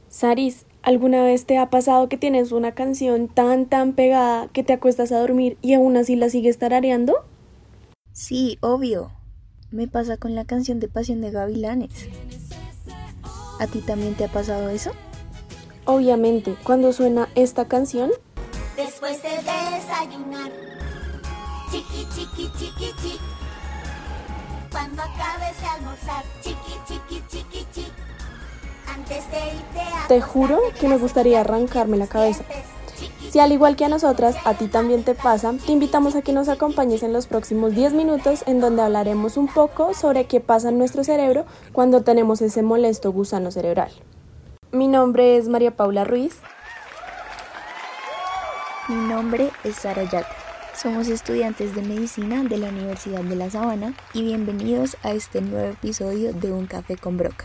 Saris, ¿alguna vez te ha pasado que tienes una canción tan pegada que te acuestas a dormir y aún así la sigues tarareando? Sí, obvio. Me pasa con la canción de Pasión de Gavilanes. ¿A ti también te ha pasado eso? Obviamente, cuando suena esta canción, Después de desayunar, chiqui, chiqui, chiqui, chiqui. Cuando acabes de almorzar, chiqui, chiqui, chiqui, chiqui. Antes de irte a te juro que me gustaría arrancarme la cabeza. Si al igual que a nosotras, a ti también te pasa, te invitamos a que nos acompañes en los próximos 10 minutos en donde hablaremos un poco sobre qué pasa en nuestro cerebro cuando tenemos ese molesto gusano cerebral. Mi nombre es María Paula Ruiz. Mi nombre es Sara Yata. Somos estudiantes de medicina de la Universidad de La Sabana y bienvenidos a este nuevo episodio de Un Café con Broca.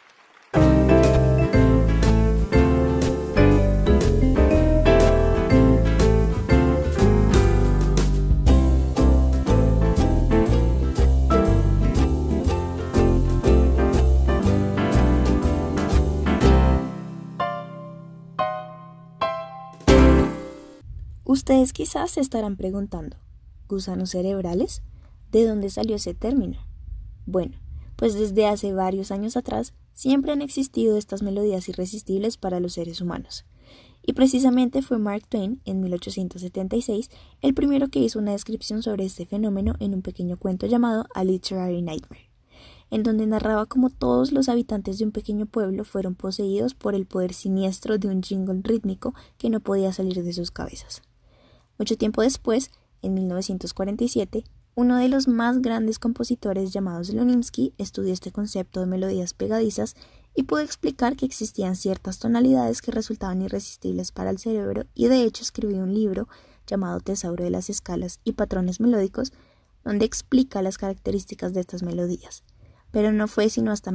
Ustedes quizás se estarán preguntando, ¿gusanos cerebrales? ¿De dónde salió ese término? Bueno, pues desde hace varios años atrás siempre han existido estas melodías irresistibles para los seres humanos. Y precisamente fue Mark Twain, en 1876, el primero que hizo una descripción sobre este fenómeno en un pequeño cuento llamado A Literary Nightmare, en donde narraba cómo todos los habitantes de un pequeño pueblo fueron poseídos por el poder siniestro de un jingle rítmico que no podía salir de sus cabezas. Mucho tiempo después, en 1947, uno de los más grandes compositores llamados Slonimsky estudió este concepto de melodías pegadizas y pudo explicar que existían ciertas tonalidades que resultaban irresistibles para el cerebro y de hecho escribió un libro llamado Tesauro de las escalas y patrones melódicos donde explica las características de estas melodías. Pero no fue sino hasta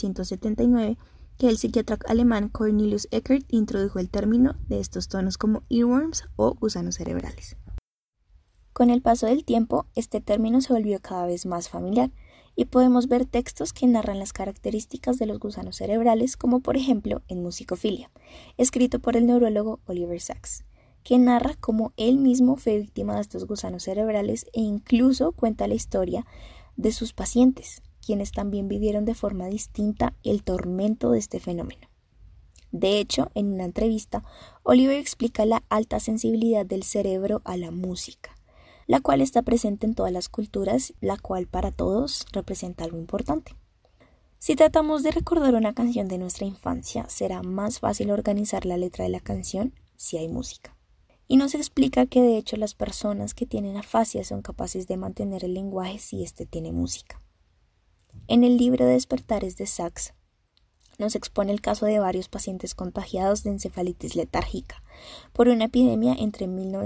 1979 que el psiquiatra alemán Cornelius Eckert introdujo el término de estos tonos como earworms o gusanos cerebrales. Con el paso del tiempo, este término se volvió cada vez más familiar y podemos ver textos que narran las características de los gusanos cerebrales, como por ejemplo en Musicofilia, escrito por el neurólogo Oliver Sacks, que narra cómo él mismo fue víctima de estos gusanos cerebrales e incluso cuenta la historia de sus pacientes, quienes también vivieron de forma distinta el tormento de este fenómeno. De hecho, en una entrevista, Oliver explica la alta sensibilidad del cerebro a la música, la cual está presente en todas las culturas, la cual para todos representa algo importante. Si tratamos de recordar una canción de nuestra infancia, será más fácil organizar la letra de la canción si hay música. Y nos explica que de hecho las personas que tienen afasia son capaces de mantener el lenguaje si éste tiene música. En el libro Despertares de Sacks nos expone el caso de varios pacientes contagiados de encefalitis letárgica por una epidemia entre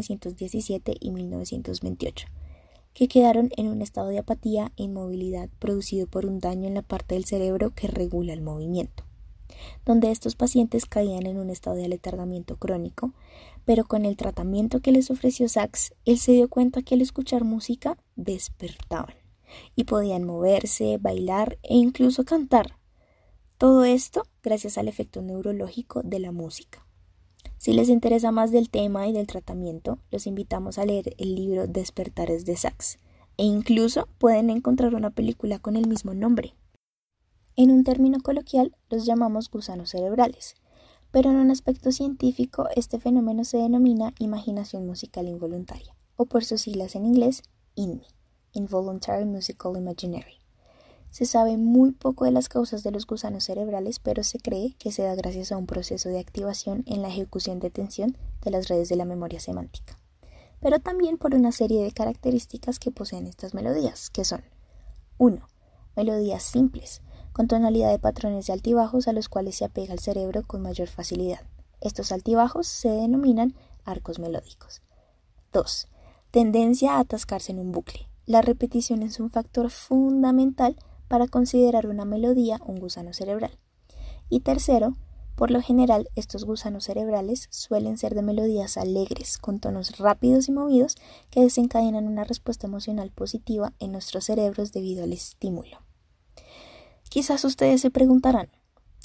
1917 y 1928, que quedaron en un estado de apatía e inmovilidad producido por un daño en la parte del cerebro que regula el movimiento, donde estos pacientes caían en un estado de aletargamiento crónico, pero con el tratamiento que les ofreció Sacks, él se dio cuenta que al escuchar música despertaban y podían moverse, bailar e incluso cantar. Todo esto gracias al efecto neurológico de la música. Si les interesa más del tema y del tratamiento, los invitamos a leer el libro Despertares de Sacks e incluso pueden encontrar una película con el mismo nombre. En un término coloquial los llamamos gusanos cerebrales, pero en un aspecto científico este fenómeno se denomina imaginación musical involuntaria, o por sus siglas en inglés, INMI. Involuntary Musical Imaginary. Se sabe muy poco de las causas de los gusanos cerebrales, pero se cree que se da gracias a un proceso de activación en la ejecución de tensión de las redes de la memoria semántica, pero también por una serie de características que poseen estas melodías, que son 1. Melodías simples, con tonalidad de patrones de altibajos a los cuales se apega el cerebro con mayor facilidad. Estos altibajos se denominan arcos melódicos. 2. Tendencia a atascarse en un bucle. La repetición es un factor fundamental para considerar una melodía un gusano cerebral. Y tercero, por lo general, estos gusanos cerebrales suelen ser de melodías alegres, con tonos rápidos y movidos que desencadenan una respuesta emocional positiva en nuestros cerebros debido al estímulo. Quizás ustedes se preguntarán,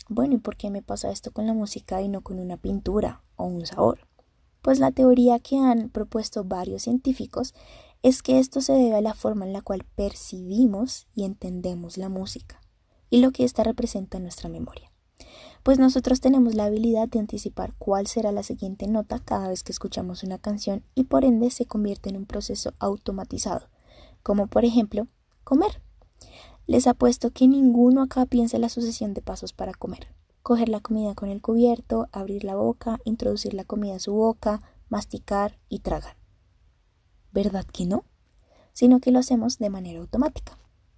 Bueno, ¿y por qué me pasa esto con la música y no con una pintura o un sabor? Pues la teoría que han propuesto varios científicos es que esto se debe a la forma en la cual percibimos y entendemos la música y lo que ésta representa en nuestra memoria. Pues nosotros tenemos la habilidad de anticipar cuál será la siguiente nota cada vez que escuchamos una canción y por ende se convierte en un proceso automatizado, como por ejemplo, comer. Les apuesto que ninguno acá piensa en la sucesión de pasos para comer. Coger la comida con el cubierto, abrir la boca, introducir la comida a su boca, masticar y tragar. ¿Verdad que no? Sino que lo hacemos de manera automática.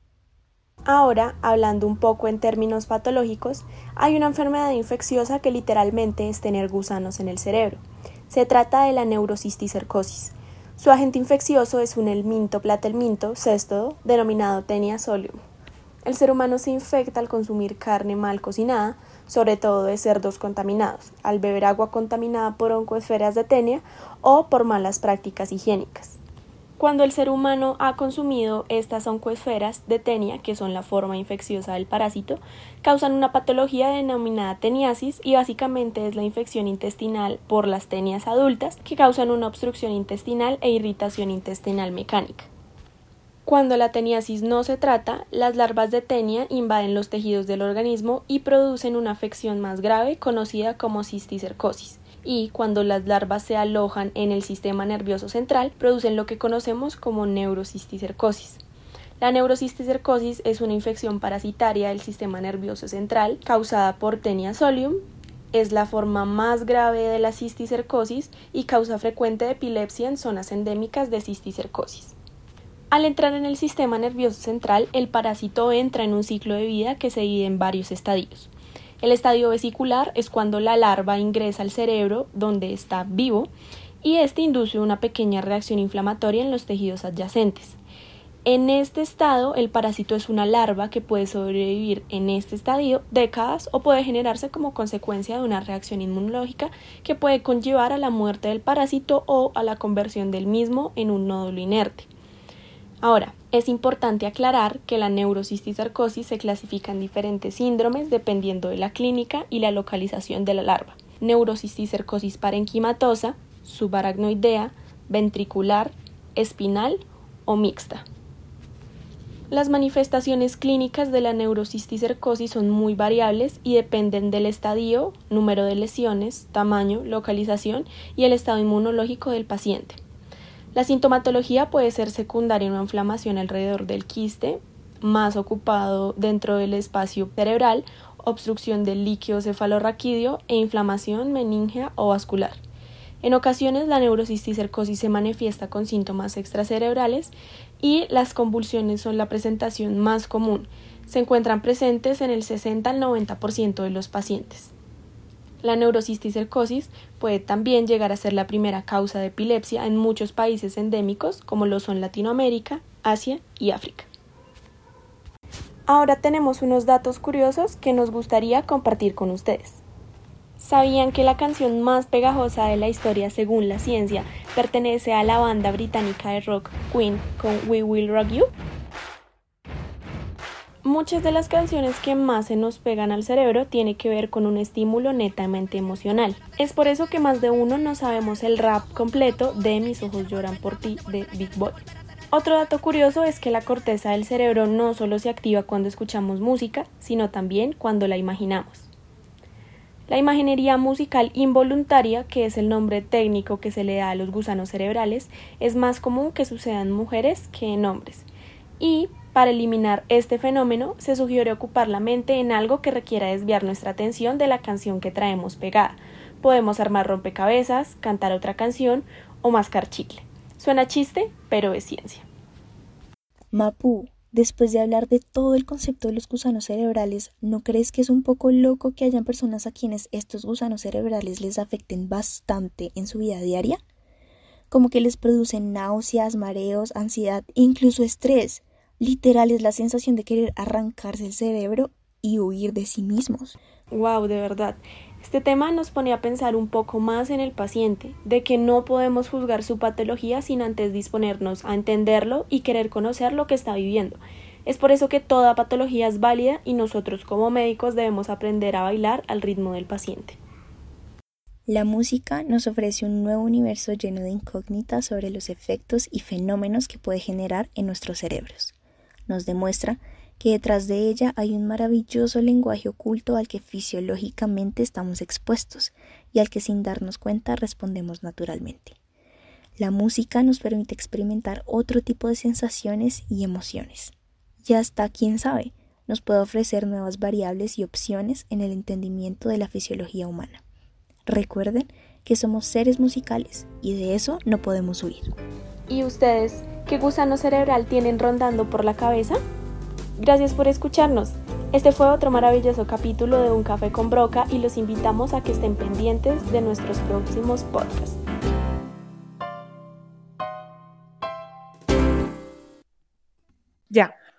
Ahora, hablando un poco en términos patológicos, hay una enfermedad infecciosa que literalmente es tener gusanos en el cerebro. Se trata de la neurocisticercosis. Su agente infeccioso es un helminto platelminto céstodo denominado Taenia solium. El ser humano se infecta al consumir carne mal cocinada, sobre todo de cerdos contaminados, al beber agua contaminada por oncoesferas de Taenia o por malas prácticas higiénicas. Cuando el ser humano ha consumido estas oncoesferas de Taenia, que son la forma infecciosa del parásito, causan una patología denominada teniasis y básicamente es la infección intestinal por las tenias adultas que causan una obstrucción intestinal e irritación intestinal mecánica. Cuando la teniasis no se trata, las larvas de Taenia invaden los tejidos del organismo y producen una afección más grave conocida como cisticercosis. Y cuando las larvas se alojan en el sistema nervioso central, producen lo que conocemos como neurocisticercosis. La neurocisticercosis es una infección parasitaria del sistema nervioso central causada por Taenia solium, es la forma más grave de la cisticercosis y causa frecuente de epilepsia en zonas endémicas de cisticercosis. Al entrar en el sistema nervioso central, el parásito entra en un ciclo de vida que se divide en varios estadios. El estadio vesicular es cuando la larva ingresa al cerebro donde está vivo y este induce una pequeña reacción inflamatoria en los tejidos adyacentes. En este estado, el parásito es una larva que puede sobrevivir en este estadio décadas o puede generarse como consecuencia de una reacción inmunológica que puede conllevar a la muerte del parásito o a la conversión del mismo en un nódulo inerte. Ahora, es importante aclarar que la neurocisticercosis se clasifica en diferentes síndromes dependiendo de la clínica y la localización de la larva. Neurocisticercosis parenquimatosa, subaracnoidea, ventricular, espinal o mixta. Las manifestaciones clínicas de la neurocisticercosis son muy variables y dependen del estadio, número de lesiones, tamaño, localización y el estado inmunológico del paciente. La sintomatología puede ser secundaria a una inflamación alrededor del quiste, más ocupado dentro del espacio cerebral, obstrucción del líquido cefalorraquídeo e inflamación meningea o vascular. En ocasiones la neurocisticercosis se manifiesta con síntomas extracerebrales y las convulsiones son la presentación más común. Se encuentran presentes en el 60 al 90% de los pacientes. La neurocisticercosis puede también llegar a ser la primera causa de epilepsia en muchos países endémicos como lo son Latinoamérica, Asia y África. Ahora tenemos unos datos curiosos que nos gustaría compartir con ustedes. ¿Sabían que la canción más pegajosa de la historia según la ciencia pertenece a la banda británica de rock Queen con We Will Rock You? Muchas de las canciones que más se nos pegan al cerebro tienen que ver con un estímulo netamente emocional. Es por eso que más de uno no sabemos el rap completo de Mis ojos lloran por ti de Big Boy. Otro dato curioso es que la corteza del cerebro no solo se activa cuando escuchamos música, sino también cuando la imaginamos. La imaginería musical involuntaria, que es el nombre técnico que se le da a los gusanos cerebrales, es más común que suceda en mujeres que en hombres. Y para eliminar este fenómeno, se sugiere ocupar la mente en algo que requiera desviar nuestra atención de la canción que traemos pegada. Podemos armar rompecabezas, cantar otra canción o mascar chicle. Suena chiste, pero es ciencia. Mapu, después de hablar de todo el concepto de los gusanos cerebrales, ¿no crees que es un poco loco que hayan personas a quienes estos gusanos cerebrales les afecten bastante en su vida diaria? Como que les producen náuseas, mareos, ansiedad, incluso estrés. Literal es la sensación de querer arrancarse el cerebro y huir de sí mismos. Wow, de verdad. Este tema nos pone a pensar un poco más en el paciente, de que no podemos juzgar su patología sin antes disponernos a entenderlo y querer conocer lo que está viviendo. Es por eso que toda patología es válida y nosotros como médicos debemos aprender a bailar al ritmo del paciente. La música nos ofrece un nuevo universo lleno de incógnitas sobre los efectos y fenómenos que puede generar en nuestros cerebros. Nos demuestra que detrás de ella hay un maravilloso lenguaje oculto al que fisiológicamente estamos expuestos y al que sin darnos cuenta respondemos naturalmente. La música nos permite experimentar otro tipo de sensaciones y emociones. Y hasta, quién sabe, nos puede ofrecer nuevas variables y opciones en el entendimiento de la fisiología humana. Recuerden que somos seres musicales y de eso no podemos huir. ¿Y ustedes qué gusano cerebral tienen rondando por la cabeza? Gracias por escucharnos. Este fue otro maravilloso capítulo de Un Café con Broca y los invitamos a que estén pendientes de nuestros próximos podcasts. Ya.